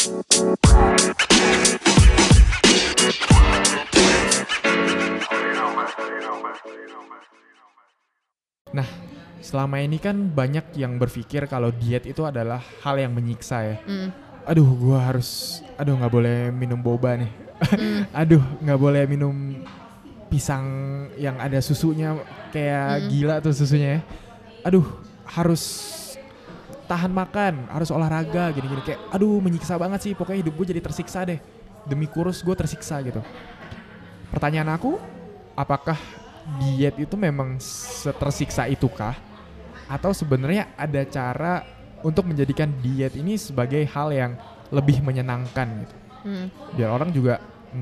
Nah, selama ini kan banyak yang berpikir kalau diet itu adalah hal yang menyiksa ya. Aduh, aduh nggak boleh minum boba nih. Aduh, nggak boleh minum pisang yang ada susunya kayak gila tuh susunya ya. Aduh, harus tahan makan, harus olahraga gini-gini kayak aduh menyiksa banget sih, pokoknya hidup gue jadi tersiksa deh. Demi kurus gue tersiksa gitu. Pertanyaan aku, apakah diet itu memang tersiksa itukah? Atau sebenarnya ada cara untuk menjadikan diet ini sebagai hal yang lebih menyenangkan gitu? Biar orang juga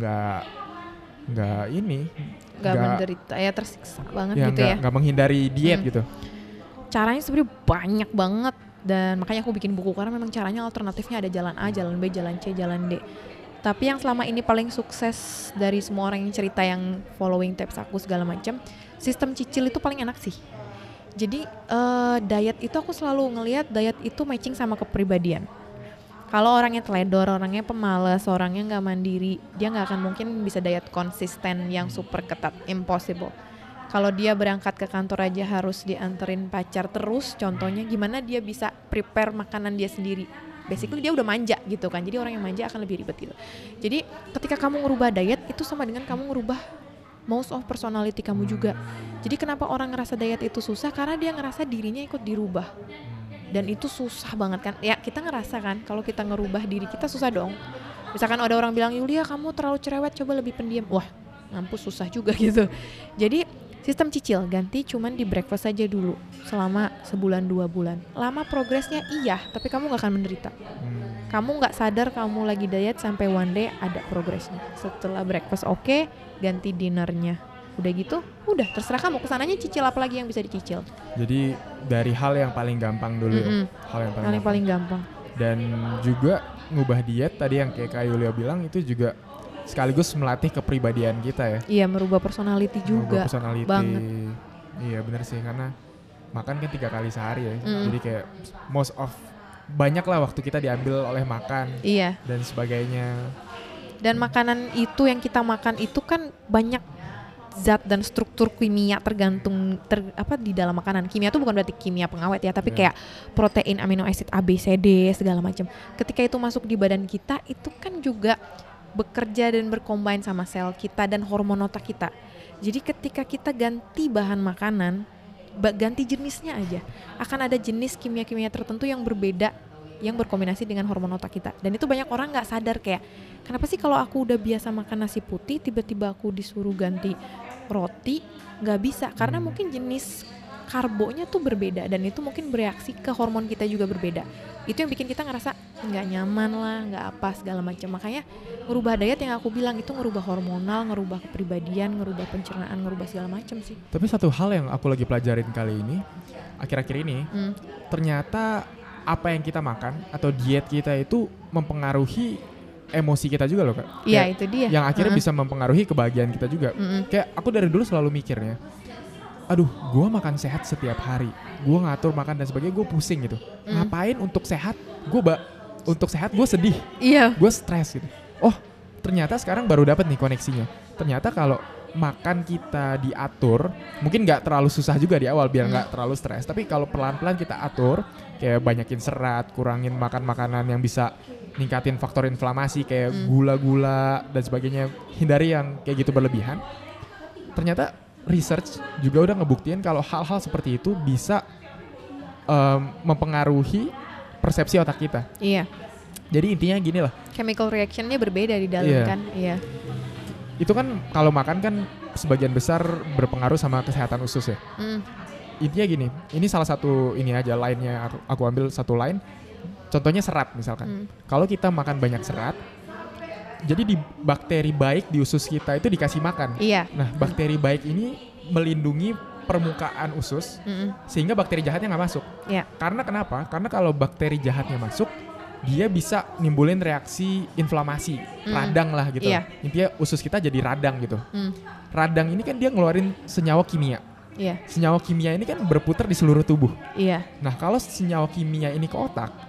nggak menderita ya, tersiksa banget ya, gitu ya. Nggak menghindari diet gitu. Caranya sebenarnya banyak banget, dan makanya aku bikin buku karena memang caranya alternatifnya ada jalan A, jalan B, jalan C, jalan D. Tapi yang selama ini paling sukses dari semua orang yang cerita, yang following tips aku segala macam, sistem cicil itu paling enak sih. Jadi diet itu aku selalu ngelihat diet itu matching sama kepribadian. Kalau orangnya teledor, orangnya pemalas, orangnya nggak mandiri, dia nggak akan mungkin bisa diet konsisten yang super ketat, impossible. Kalau dia berangkat ke kantor aja harus dianterin pacar terus, contohnya gimana dia bisa prepare makanan dia sendiri. Basically dia udah manja gitu kan, jadi orang yang manja akan lebih ribet gitu. Jadi ketika kamu ngerubah diet itu sama dengan kamu ngerubah most of personality kamu juga. Jadi kenapa orang ngerasa diet itu susah? Karena dia ngerasa dirinya ikut dirubah. Dan itu susah banget kan. Ya kita ngerasa kan kalau kita ngerubah diri kita susah dong. Misalkan ada orang bilang, Yulia kamu terlalu cerewet, coba lebih pendiam. Wah mampus, susah juga gitu. Jadi sistem cicil ganti cuman di breakfast aja dulu selama sebulan 2 bulan. Lama progresnya iya, tapi kamu gak akan menderita. Kamu gak sadar kamu lagi diet sampai one day ada progresnya. Setelah breakfast oke, ganti dinnernya. Udah gitu, udah terserah kamu kesananya cicil apa lagi yang bisa dicicil. Jadi dari hal yang paling gampang dulu ya. Hal yang paling gampang. Dan juga ngubah diet tadi yang kayak Kak Yulia bilang itu juga sekaligus melatih kepribadian kita ya. Iya, merubah personality juga. Merubah personality banget. Iya benar sih, karena makan kan 3 kali sehari ya. Jadi kayak banyak lah waktu kita diambil oleh makan. Iya. Dan sebagainya. Dan makanan itu yang kita makan itu kan banyak zat dan struktur kimia tergantung di dalam makanan. Kimia itu bukan berarti kimia pengawet ya, tapi kayak protein, amino acid A, B, C, D segala macam. Ketika itu masuk di badan kita, itu kan juga bekerja dan bercombine sama sel kita dan hormon otak kita. Jadi ketika kita ganti bahan makanan, ganti jenisnya aja, akan ada jenis kimia-kimia tertentu yang berbeda yang berkombinasi dengan hormon otak kita. Dan itu banyak orang gak sadar kayak, kenapa sih kalau aku udah biasa makan nasi putih tiba-tiba aku disuruh ganti roti, gak bisa. Karena mungkin jenis karbonya tuh berbeda dan itu mungkin bereaksi ke hormon kita juga berbeda. Itu yang bikin kita ngerasa gak nyaman lah, gak apa segala macam. Makanya ngerubah diet yang aku bilang itu ngerubah hormonal, ngerubah kepribadian, ngerubah pencernaan, ngerubah segala macam sih. Tapi satu hal yang aku lagi pelajarin kali ini, akhir-akhir ini, ternyata apa yang kita makan atau diet kita itu mempengaruhi emosi kita juga loh Kak. Iya itu dia. Yang akhirnya bisa mempengaruhi kebahagiaan kita juga. Kayak aku dari dulu selalu mikirnya, aduh gue makan sehat setiap hari, gue ngatur makan dan sebagainya, gue pusing gitu. Ngapain untuk sehat, untuk sehat gue sedih, gue stres gitu. Oh ternyata sekarang baru dapat nih koneksinya. Ternyata kalau makan kita diatur, mungkin gak terlalu susah juga di awal biar gak terlalu stres. Tapi kalau pelan-pelan kita atur, kayak banyakin serat, kurangin makan makanan yang bisa ningkatin faktor inflamasi kayak gula-gula dan sebagainya, hindari yang kayak gitu berlebihan. Ternyata research juga udah ngebuktiin kalau hal-hal seperti itu bisa mempengaruhi persepsi otak kita. Iya. Jadi intinya gini lah. Chemical reactionnya berbeda di dalam kan. Iya. Itu kan kalau makan kan sebagian besar berpengaruh sama kesehatan usus ya. Intinya gini, ini salah satu ini aja line-nya aku ambil satu line. Contohnya serat misalkan. Kalau kita makan banyak serat, jadi di bakteri baik di usus kita itu dikasih makan. Iya. Nah, bakteri baik ini melindungi permukaan usus sehingga bakteri jahatnya nggak masuk. Iya. Karena kenapa? Karena kalau bakteri jahatnya masuk, dia bisa nimbulin reaksi inflamasi, radang lah gitu. Iya. Intinya usus kita jadi radang gitu. Radang ini kan dia ngeluarin senyawa kimia. Iya. Senyawa kimia ini kan berputar di seluruh tubuh. Iya. Nah, kalau senyawa kimia ini ke otak,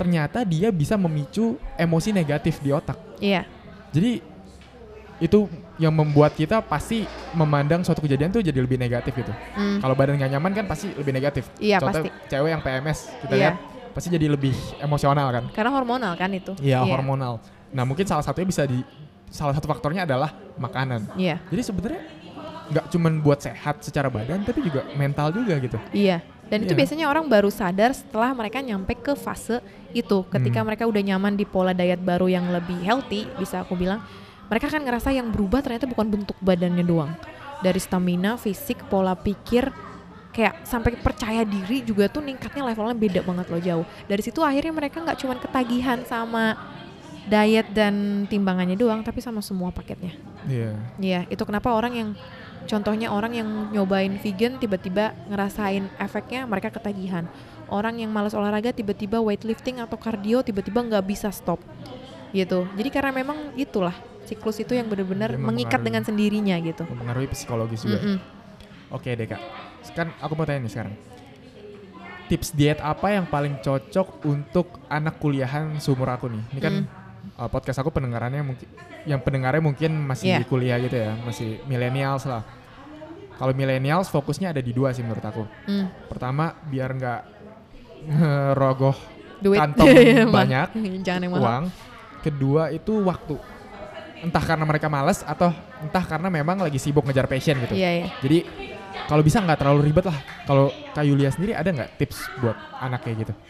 ternyata dia bisa memicu emosi negatif di otak. Iya. Jadi itu yang membuat kita pasti memandang suatu kejadian tuh jadi lebih negatif gitu. Kalau badan nggak nyaman kan pasti lebih negatif. Iya, Contoh pasti. cewek yang PMS kita Iya. lihat pasti jadi lebih emosional kan. Karena hormonal kan itu. Iya, hormonal. Nah mungkin salah satu faktornya adalah makanan. Iya. Jadi sebenarnya nggak cuman buat sehat secara badan tapi juga mental juga gitu. Iya. Dan itu Iya. biasanya orang baru sadar setelah mereka nyampe ke fase itu. Ketika mereka udah nyaman di pola diet baru yang lebih healthy, bisa aku bilang, mereka akan ngerasa yang berubah ternyata bukan bentuk badannya doang. Dari stamina, fisik, pola pikir, kayak sampai percaya diri juga tuh ningkatnya levelnya beda banget loh, jauh. Dari situ akhirnya mereka nggak cuma ketagihan sama diet dan timbangannya doang, tapi sama semua paketnya. Iya. Iya, itu kenapa contohnya orang yang nyobain vegan tiba-tiba ngerasain efeknya mereka ketagihan. Orang yang malas olahraga tiba-tiba weightlifting atau cardio tiba-tiba nggak bisa stop gitu. Jadi karena memang itulah siklus itu yang benar-benar Dia mengikat mempengaruhi. dengan sendirinya gitu. Mempengaruhi psikologis juga. Oke deh Kak, kan aku mau tanya nih sekarang. Tips diet apa yang paling cocok untuk anak kuliahan seumur aku nih? Ini kan podcast aku pendengarnya mungkin masih kuliah gitu ya, masih millennials lah. Kalau millennials fokusnya ada di 2 sih menurut aku. Pertama biar nggak ngerogoh Duit. kantong banyak, Jangan yang mahal. uang. Kedua itu waktu. Entah karena mereka malas atau entah karena memang lagi sibuk ngejar passion gitu. Iya, iya. Jadi kalau bisa nggak terlalu ribet lah. Kalau Kak Yulia sendiri ada nggak tips buat anak kayak gitu?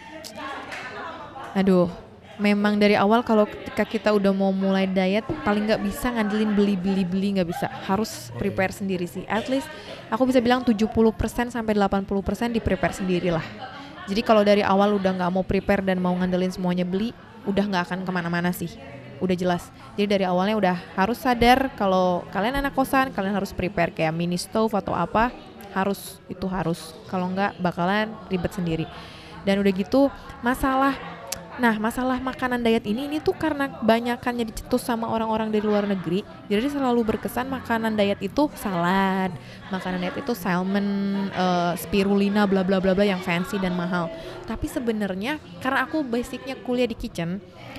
Aduh, memang dari awal kalau ketika kita udah mau mulai diet paling nggak bisa ngandelin beli nggak bisa, harus prepare sendiri sih. At least aku bisa bilang 70% sampai 80% di prepare sendiri lah. Jadi kalau dari awal udah nggak mau prepare dan mau ngandelin semuanya beli, udah nggak akan kemana-mana sih. Udah jelas. Jadi dari awalnya udah harus sadar kalau kalian anak kosan, kalian harus prepare kayak mini stove atau apa, harus. Kalau nggak bakalan ribet sendiri. Dan udah gitu masalah makanan diet ini tuh karena banyakannya dicetus sama orang-orang dari luar negeri, jadi selalu berkesan makanan diet itu salad, makanan diet itu salmon, spirulina, bla bla bla bla yang fancy dan mahal. Tapi sebenarnya karena aku basicnya kuliah di kitchen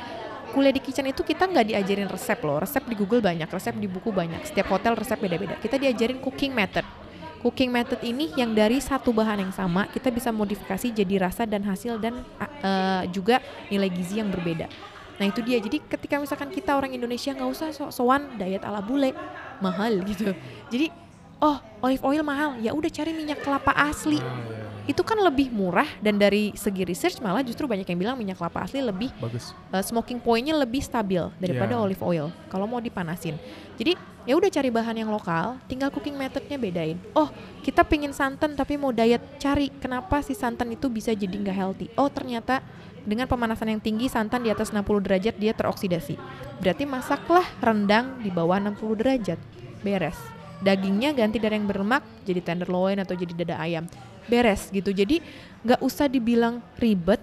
itu kita nggak diajarin resep loh. Resep di Google banyak, resep di buku banyak. Setiap hotel resep beda-beda. Kita diajarin cooking method. Cooking method ini yang dari satu bahan yang sama kita bisa modifikasi jadi rasa dan hasil dan juga nilai gizi yang berbeda. Nah itu dia. Jadi ketika misalkan kita orang Indonesia nggak usah sok-sokan diet ala bule, mahal gitu. Jadi olive oil mahal, ya udah cari minyak kelapa asli. Itu kan lebih murah dan dari segi research malah justru banyak yang bilang minyak kelapa asli lebih bagus. Smoking point-nya lebih stabil daripada olive oil kalau mau dipanasin. Jadi ya udah cari bahan yang lokal, tinggal cooking methodnya bedain. Kita pingin santan tapi mau diet, cari kenapa si santan itu bisa jadi nggak healthy. Ternyata dengan pemanasan yang tinggi santan di atas 60 derajat dia teroksidasi. Berarti masaklah rendang di bawah 60 derajat, beres. Dagingnya ganti dari yang berlemak jadi tenderloin atau jadi dada ayam, beres gitu. Jadi nggak usah dibilang ribet,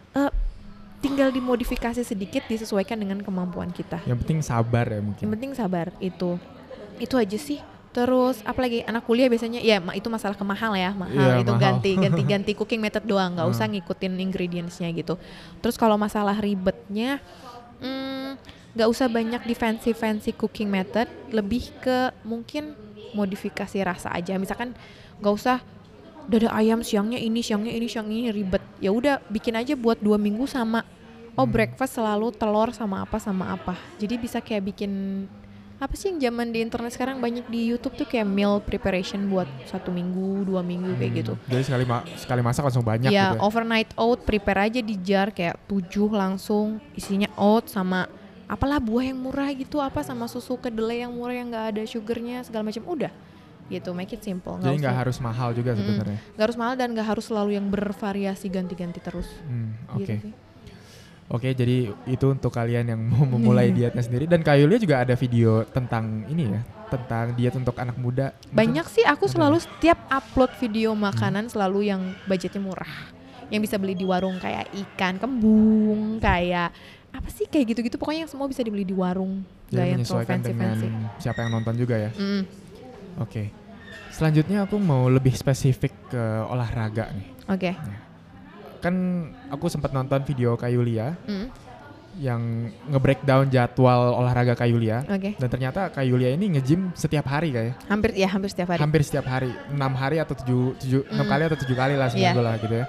tinggal dimodifikasi sedikit disesuaikan dengan kemampuan kita. Yang penting sabar ya mungkin. Yang penting sabar, itu aja sih. Terus apalagi anak kuliah biasanya ya itu masalah mahal Iya, itu mahal. ganti cooking method doang, nggak usah ngikutin ingredientsnya gitu. Terus kalau masalah ribetnya nggak usah banyak di fancy cooking method, lebih ke mungkin modifikasi rasa aja. Misalkan nggak usah dada ayam siangnya ini ribet. Ya udah bikin aja buat 2 minggu sama. Breakfast selalu telur sama apa. Jadi bisa kayak bikin apa sih yang zaman di internet sekarang banyak di YouTube tuh kayak meal preparation buat 1 minggu, 2 minggu kayak gitu. Jadi sekali masak langsung banyak gitu ya. Overnight oat prepare aja di jar kayak 7 langsung, isinya oat sama apalah buah yang murah gitu, sama susu kedelai yang murah yang nggak ada sugarnya segala macam, udah gitu, make it simple. Jadi nggak harus mahal juga sebenarnya. Nggak harus mahal dan nggak harus selalu yang bervariasi ganti-ganti terus. Oke. Gitu sih. Oke, jadi itu untuk kalian yang mau memulai dietnya sendiri. Dan Kak Yulia juga ada video tentang ini ya, tentang diet untuk anak muda. Banyak sih, aku selalu setiap upload video makanan selalu yang budgetnya murah, yang bisa beli di warung kayak ikan kembung, kayak apa sih kayak gitu-gitu, pokoknya yang semua bisa dibeli di warung, nggak yang terlalu menyesuaikan dengan fancy. siapa yang nonton juga ya. Oke. Selanjutnya aku mau lebih spesifik ke olahraga nih. Oke. kan aku sempat nonton video Kak Yulia yang nge-breakdown jadwal olahraga Kak Yulia. Dan ternyata Kak Yulia ini nge-gym setiap hari kayak. Hampir setiap hari. Hampir setiap hari. 6 hari atau 6 kali atau 7 kali lah seminggu lah gitu ya.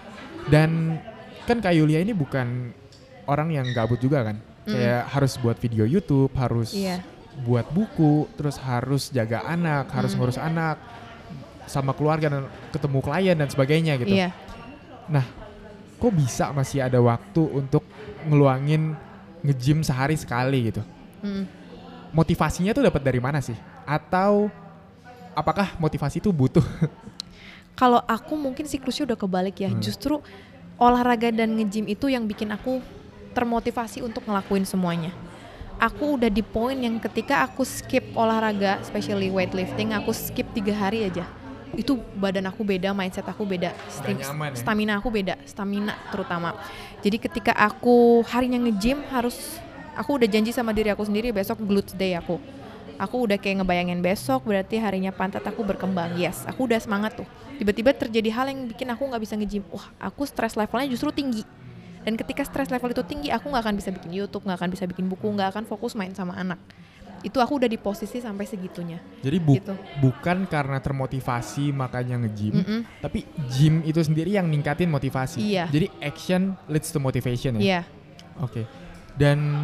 Dan kan Kak Yulia ini bukan orang yang gabut juga kan. Kayak harus buat video YouTube, harus buat buku, terus harus jaga anak, harus ngurus anak sama keluarga dan ketemu klien dan sebagainya gitu. Nah, kok bisa masih ada waktu untuk ngeluangin nge-gym sehari sekali gitu? Motivasinya tuh dapat dari mana sih? Atau apakah motivasi itu butuh? Kalau aku mungkin siklusnya udah kebalik ya. Justru olahraga dan nge-gym itu yang bikin aku termotivasi untuk ngelakuin semuanya. Aku udah di poin yang ketika aku skip olahraga, especially weightlifting, aku skip 3 hari aja. Itu badan aku beda, mindset aku beda, stamina aku beda, stamina terutama. Jadi ketika aku harinya nge-gym aku udah janji sama diri aku sendiri besok glutes day aku. Aku udah kayak ngebayangin besok berarti harinya pantat aku berkembang. Yes, aku udah semangat tuh. Tiba-tiba terjadi hal yang bikin aku gak bisa nge-gym. Wah, aku stress levelnya justru tinggi. Dan ketika stress level itu tinggi, aku gak akan bisa bikin YouTube, gak akan bisa bikin buku, gak akan fokus main sama anak. Itu aku udah di posisi sampai segitunya. Jadi gitu. Bukan karena termotivasi makanya nge-gym, tapi gym itu sendiri yang ningkatin motivasi. Jadi action leads to motivation ya. Oke. Dan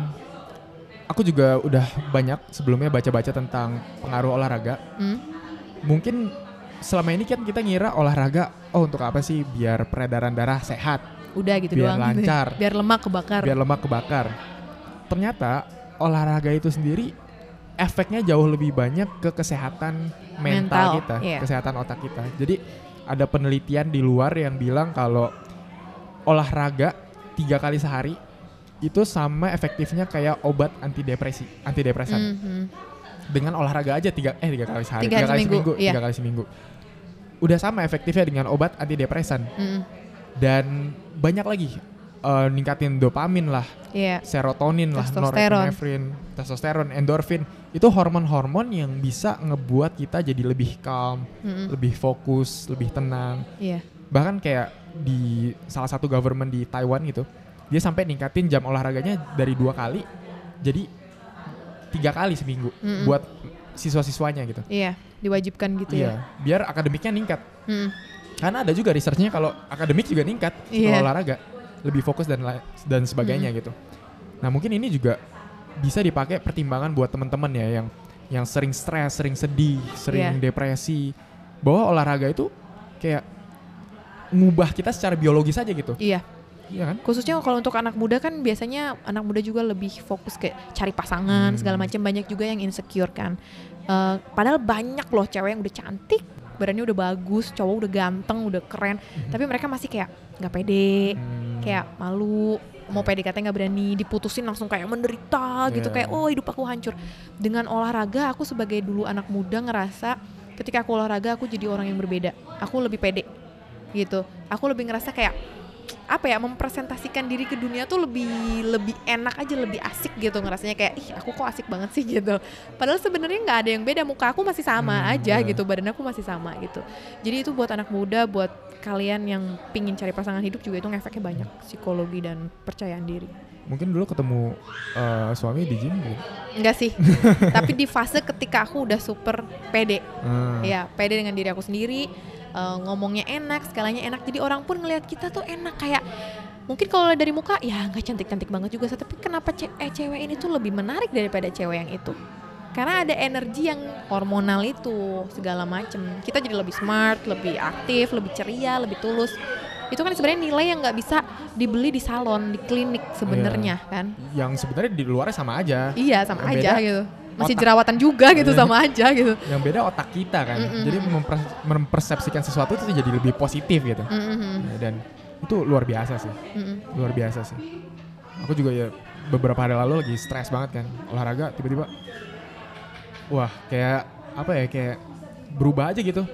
aku juga udah banyak sebelumnya baca-baca tentang pengaruh olahraga. Mungkin selama ini kan kita ngira olahraga, untuk apa sih? Biar peredaran darah sehat. Udah gitu biar doang. Lancar. Biar lemak kebakar. Ternyata olahraga itu sendiri efeknya jauh lebih banyak ke kesehatan mental kita, kesehatan otak kita. Jadi ada penelitian di luar yang bilang kalau olahraga 3 kali sehari itu sama efektifnya kayak obat antidepresan. Dengan olahraga aja 3 kali sehari, 3 kali seminggu. Udah sama efektifnya dengan obat antidepresan. Dan banyak lagi ningkatin dopamin lah, serotonin lah, norepinefrin, testosteron, endorfin. Itu hormon-hormon yang bisa ngebuat kita jadi lebih calm, lebih fokus, lebih tenang. Bahkan kayak di salah satu government di Taiwan gitu, dia sampai ningkatin jam olahraganya dari 2 kali jadi 3 kali seminggu buat siswa-siswanya gitu. Diwajibkan gitu ya. Biar akademiknya ningkat. Karena ada juga researchnya kalau akademik juga ningkat setelah olahraga, lebih fokus dan sebagainya gitu. Nah mungkin ini juga bisa dipakai pertimbangan buat teman-teman ya yang sering stres, sering sedih, sering depresi, bahwa olahraga itu kayak ngubah kita secara biologis aja gitu. Iya kan? Khususnya kalau untuk anak muda kan biasanya anak muda juga lebih fokus kayak cari pasangan segala macam, banyak juga yang insecure kan. Padahal banyak loh cewek yang udah cantik, badannya udah bagus, cowok udah ganteng, udah keren, tapi mereka masih kayak nggak pede, kayak malu, mau PDKT nggak berani, diputusin langsung kayak menderita gitu, kayak hidup aku hancur. Dengan olahraga aku sebagai dulu anak muda ngerasa ketika aku olahraga aku jadi orang yang berbeda, aku lebih pede gitu, aku lebih ngerasa kayak mempresentasikan diri ke dunia tuh lebih enak aja, lebih asik gitu ngerasanya, kayak aku kok asik banget sih gitu. Padahal sebenarnya nggak ada yang beda, muka aku masih sama aja gitu, badan aku masih sama gitu. Jadi itu buat anak muda, buat kalian yang pingin cari pasangan hidup juga itu ngefeknya banyak, psikologi dan percayaan diri. Mungkin dulu ketemu suami di gym gitu? Enggak sih, tapi di fase ketika aku udah super pede, pede dengan diri aku sendiri. Ngomongnya enak, segalanya enak, jadi orang pun ngelihat kita tuh enak. Kayak mungkin kalau dari muka ya nggak cantik-cantik banget juga, tapi kenapa cewek ini tuh lebih menarik daripada cewek yang itu? Karena ada energi yang hormonal itu segala macem. Kita jadi lebih smart, lebih aktif, lebih ceria, lebih tulus. Itu kan sebenarnya nilai yang nggak bisa dibeli di salon, di klinik sebenarnya kan? Yang sebenarnya di luarnya sama aja. Iya sama aja gitu. Masih jerawatan juga gitu, sama aja gitu. Yang beda otak kita kan. Jadi mempersepsikan sesuatu itu jadi lebih positif gitu. Dan itu luar biasa sih. Luar biasa sih. Aku juga ya beberapa hari lalu lagi stres banget kan. Olahraga tiba-tiba kayak kayak berubah aja gitu.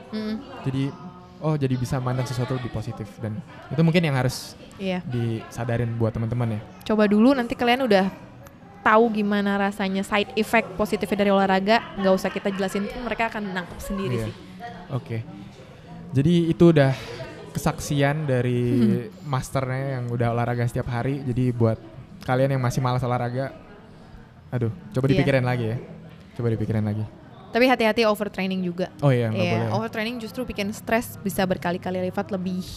Jadi bisa mandang sesuatu lebih positif. Dan itu mungkin yang harus disadarin buat teman-teman ya. Coba dulu, nanti kalian udah tahu gimana rasanya side effect positifnya dari olahraga, nggak usah kita jelasin, mereka akan nangkep sendiri sih. Oke. Jadi itu udah kesaksian dari masternya yang udah olahraga setiap hari. Jadi buat kalian yang masih malas olahraga, aduh, coba dipikirin lagi ya. Coba dipikirin lagi. Tapi hati-hati overtraining juga. Oh iya, nggak boleh. Overtraining justru bikin stres bisa berkali-kali lipat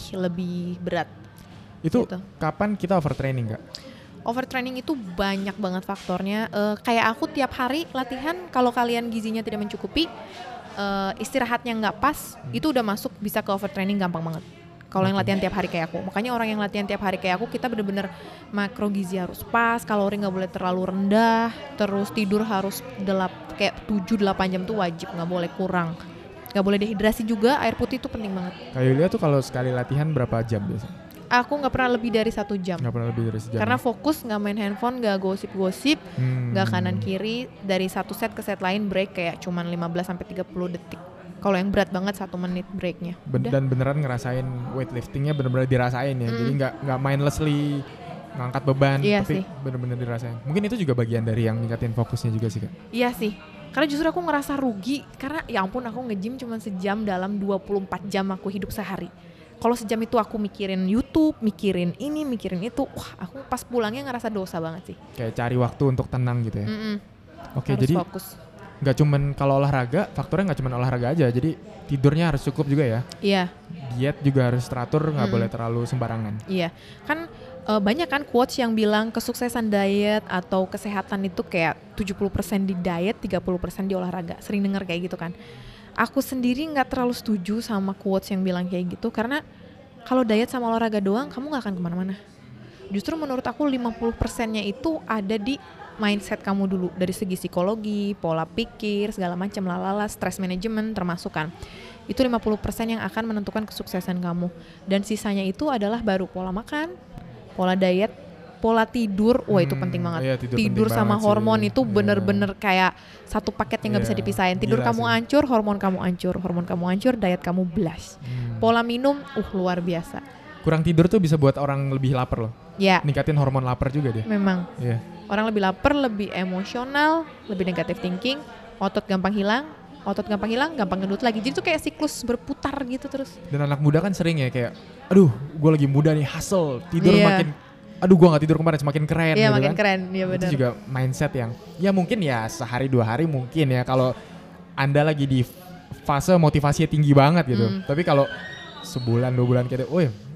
lebih berat. Itu gitu. Kapan kita overtraining Kak? Overtraining itu banyak banget faktornya. Kayak aku tiap hari latihan, kalau kalian gizinya tidak mencukupi, istirahatnya nggak pas, itu udah masuk bisa ke overtraining gampang banget. Kalau yang latihan tiap hari kayak aku, makanya orang yang latihan tiap hari kayak aku, kita bener-bener makro gizi harus pas, kalori nggak boleh terlalu rendah, terus tidur harus kayak 7-8 jam tuh wajib, nggak boleh kurang, nggak boleh dehidrasi juga, air putih itu penting banget. Kak Yulia tuh kalau sekali latihan berapa jam biasanya? Aku nggak pernah lebih dari 1 jam. Nggak pernah lebih dari sejam. Karena fokus, nggak main handphone, nggak gosip-gosip, nggak kanan kiri, dari satu set ke set lain break kayak cuman 15-30 detik. Kalau yang berat banget 1 menit breaknya. Dan beneran ngerasain weightliftingnya bener-bener dirasain ya. Jadi nggak mindlessly ngangkat beban, tapi bener-bener dirasain. Mungkin itu juga bagian dari yang ningkatin fokusnya juga sih Kak. Iya sih. Karena justru aku ngerasa rugi karena ya ampun aku nge-gym cuma sejam dalam 24 jam aku hidup sehari. Kalau sejam itu aku mikirin YouTube, mikirin ini, mikirin itu, wah aku pas pulangnya ngerasa dosa banget sih. Kayak cari waktu untuk tenang gitu ya. Oke, harus jadi fokus. Nggak cuman kalau olahraga, faktornya nggak cuman olahraga aja, jadi tidurnya harus cukup juga ya. Iya. Diet juga harus teratur, nggak boleh terlalu sembarangan. Iya, kan banyak kan quotes yang bilang kesuksesan diet atau kesehatan itu kayak 70% di diet, 30% di olahraga. Sering dengar kayak gitu kan. Aku sendiri nggak terlalu setuju sama quotes yang bilang kayak gitu, karena kalau diet sama olahraga doang, kamu nggak akan kemana-mana. Justru menurut aku 50%-nya itu ada di mindset kamu dulu, dari segi psikologi, pola pikir, segala macam, stress management termasuk kan. Itu 50% yang akan menentukan kesuksesan kamu. Dan sisanya itu adalah baru pola makan, pola diet, pola tidur. Wah itu penting banget. Iya, tidur sama hormon itu bener-bener kayak satu paket yang gak bisa dipisahin. Tidur kamu hancur, hormon kamu hancur, diet kamu blast. Pola minum, luar biasa. Kurang tidur tuh bisa buat orang lebih lapar loh. Ya. Ningkatin hormon lapar juga dia. Memang. Iya. Orang lebih lapar, lebih emosional, lebih negative thinking, otot gampang hilang, gampang gendut lagi. Jadi tuh kayak siklus berputar gitu terus. Dan anak muda kan sering ya kayak, aduh gue lagi muda nih, hustle, tidur makin, aduh gue gak tidur kemarin, semakin keren gitu makin kan. Keren, iya benar. Itu juga mindset yang, ya mungkin ya sehari 2 hari mungkin ya kalau Anda lagi di fase motivasinya tinggi banget gitu. Tapi kalau sebulan 2 bulan kayak,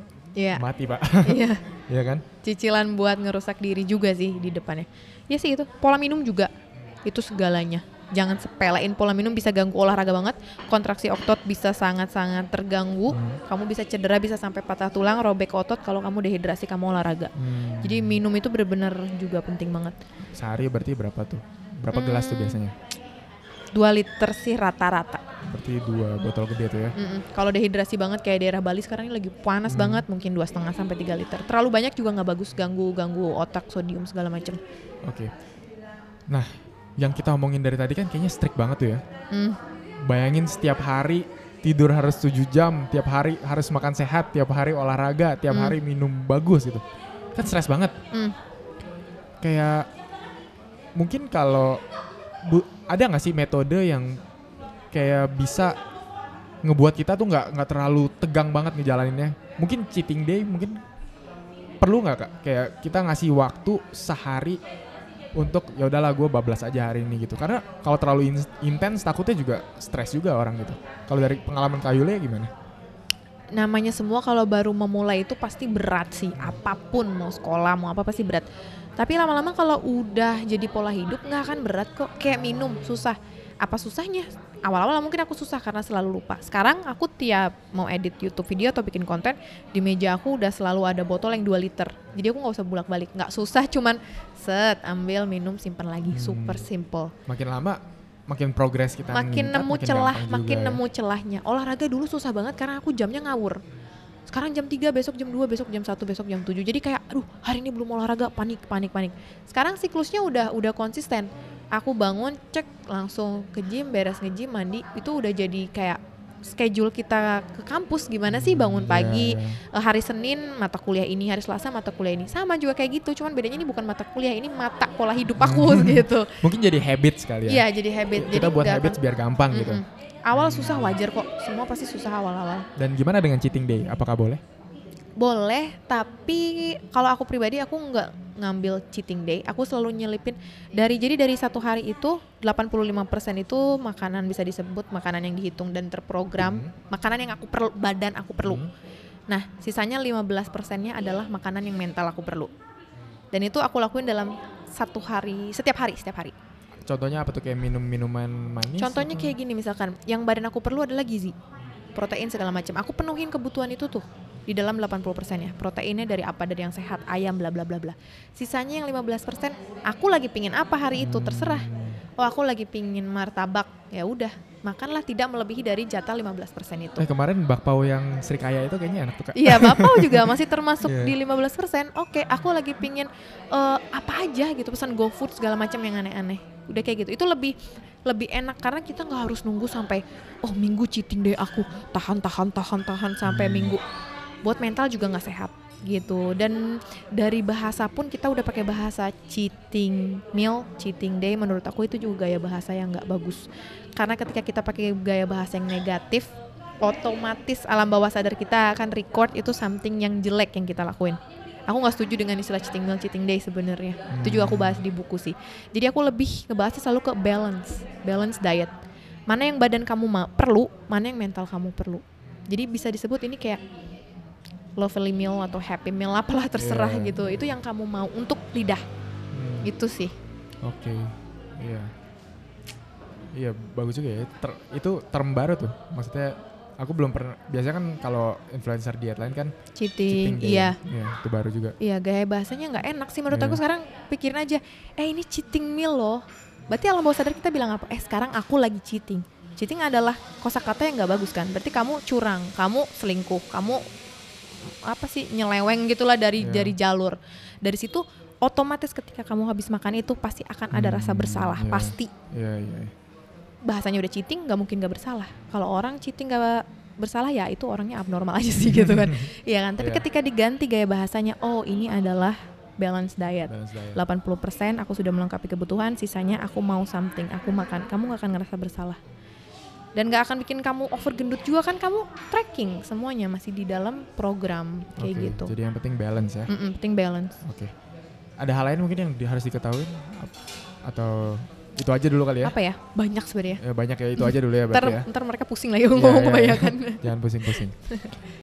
mati pak. Iya. Iya kan? Cicilan buat ngerusak diri juga sih di depannya. Ya sih itu, pola minum juga, itu segalanya. Jangan sepelein, pola minum bisa ganggu olahraga banget. Kontraksi otot bisa sangat-sangat terganggu. Kamu bisa cedera, bisa sampai patah tulang, robek otot kalau kamu dehidrasi kamu olahraga. Jadi minum itu benar-benar juga penting banget. Sehari berarti berapa tuh? Berapa gelas tuh biasanya? 2 liter sih rata-rata. Berarti 2 botol gede tuh ya. Kalau dehidrasi banget kayak daerah Bali sekarang ini lagi panas banget, mungkin 2,5 sampai 3 liter. Terlalu banyak juga nggak bagus, ganggu otak, sodium segala macem. Oke. Nah, yang kita omongin dari tadi kan kayaknya strict banget tuh ya. Bayangin setiap hari tidur harus 7 jam, tiap hari harus makan sehat, tiap hari olahraga, tiap hari minum bagus gitu. Kan stres banget. Kayak mungkin kalau ada nggak sih metode yang kayak bisa ngebuat kita tuh nggak terlalu tegang banget ngejalaninnya? Mungkin cheating day, mungkin perlu nggak Kak? Kayak kita ngasih waktu sehari untuk ya udahlah gue bablas aja hari ini gitu. Karena kalau terlalu intens takutnya juga stres juga orang gitu. Kalau dari pengalaman Kak Yulia gimana? Namanya semua kalau baru memulai itu pasti berat sih. Apapun, mau sekolah mau apa pasti berat. Tapi lama-lama kalau udah jadi pola hidup nggak akan berat kok. Kayak minum susah. Apa susahnya? Awal-awal mungkin aku susah karena selalu lupa. Sekarang aku tiap mau edit YouTube video atau bikin konten, di meja aku udah selalu ada botol yang 2 liter. Jadi aku gak usah bolak-balik. Gak susah, cuman ambil, minum, simpan lagi. Super simple. Makin lama makin progres kita makin nemu celahnya. Olahraga dulu susah banget karena aku jamnya ngawur. Sekarang jam 3, besok jam 2, besok jam 1, besok jam 7. Jadi kayak aduh hari ini belum olahraga, panik. Sekarang siklusnya udah konsisten. Aku bangun, cek langsung ke gym, beres nge-gym, mandi, itu udah jadi kayak schedule kita ke kampus gimana sih, bangun pagi, hari Senin mata kuliah ini, hari Selasa mata kuliah ini, sama juga kayak gitu, cuman bedanya ini bukan mata kuliah, ini mata pola hidup aku gitu. Mungkin jadi habit sekali ya. Iya, jadi habit. Kita jadi buat habit biar gampang gitu. Awal susah, wajar kok, semua pasti susah awal-awal. Dan gimana dengan cheating day, apakah boleh? Boleh, tapi kalau aku pribadi aku nggak ngambil cheating day. Aku selalu nyelipin dari satu hari itu 85% itu makanan, bisa disebut makanan yang dihitung dan terprogram, makanan yang aku perlu, badan aku perlu. Nah, sisanya 15%-nya adalah makanan yang mental aku perlu. Dan itu aku lakuin dalam satu hari, setiap hari. Contohnya apa tuh, kayak minuman manis? Contohnya kayak gini, misalkan yang badan aku perlu adalah gizi, protein segala macam. Aku penuhin kebutuhan itu tuh di dalam 80% ya. Proteinnya dari apa? Dari yang sehat, ayam bla bla bla bla. Sisanya yang 15% aku lagi pingin apa hari itu, terserah. Oh, aku lagi pingin martabak, ya udah, makanlah tidak melebihi dari jatah 15% itu. Kemarin bakpao yang Srikaya itu kayaknya enak tuh, Kak. Iya, bakpao juga masih termasuk di 15%. Oke, aku lagi pingin apa aja gitu, pesan GoFood segala macam yang aneh-aneh. Udah kayak gitu. Itu lebih enak karena kita nggak harus nunggu sampai minggu cheating day aku tahan sampai minggu. Buat mental juga nggak sehat gitu. Dan dari bahasa pun kita udah pakai bahasa cheating meal, cheating day. Menurut aku itu juga gaya bahasa yang nggak bagus. Karena ketika kita pakai gaya bahasa yang negatif, otomatis alam bawah sadar kita akan record itu something yang jelek yang kita lakuin. Aku nggak setuju dengan istilah cheating meal, cheating day sebenarnya. Itu juga aku bahas di buku sih. Jadi aku lebih ngebahasnya selalu ke balance diet. Mana yang badan kamu perlu, mana yang mental kamu perlu. Jadi bisa disebut ini kayak lovely meal atau happy meal, apalah terserah gitu. Itu yang kamu mau untuk lidah. Itu sih. Oke. Iya, bagus juga ya. Itu term baru tuh. Maksudnya aku belum pernah, biasanya kan kalau influencer diet lain kan cheating day. Iya. Iya, itu baru juga. Iya, gaya bahasanya nggak enak sih menurut aku. Sekarang pikirin aja, ini cheating meal loh. Berarti alam bawah sadar kita bilang apa? Sekarang aku lagi cheating. Cheating adalah kosakata yang nggak bagus kan. Berarti kamu curang, kamu selingkuh, kamu nyeleweng gitulah dari jalur. Dari situ otomatis ketika kamu habis makan itu pasti akan ada rasa bersalah, pasti. Iya. Bahasanya udah cheating, nggak mungkin nggak bersalah. Kalau orang cheating nggak bersalah ya itu orangnya abnormal aja sih gitu kan. Iya kan. Tapi ketika diganti gaya bahasanya, ini adalah balance diet. 80% aku sudah melengkapi kebutuhan, sisanya aku mau something, aku makan. Kamu nggak akan ngerasa bersalah. Dan gak akan bikin kamu over gendut juga kan, kamu tracking semuanya masih di dalam program kayak gitu. Jadi yang penting balance ya. Penting balance. Oke. Ada hal lain mungkin yang harus diketahui atau itu aja dulu kali ya? Apa ya? Banyak sebenarnya. Banyak ya, itu aja dulu ya berarti ya. Ntar mereka pusing lagi ngomong kebanyakan. Jangan pusing-pusing.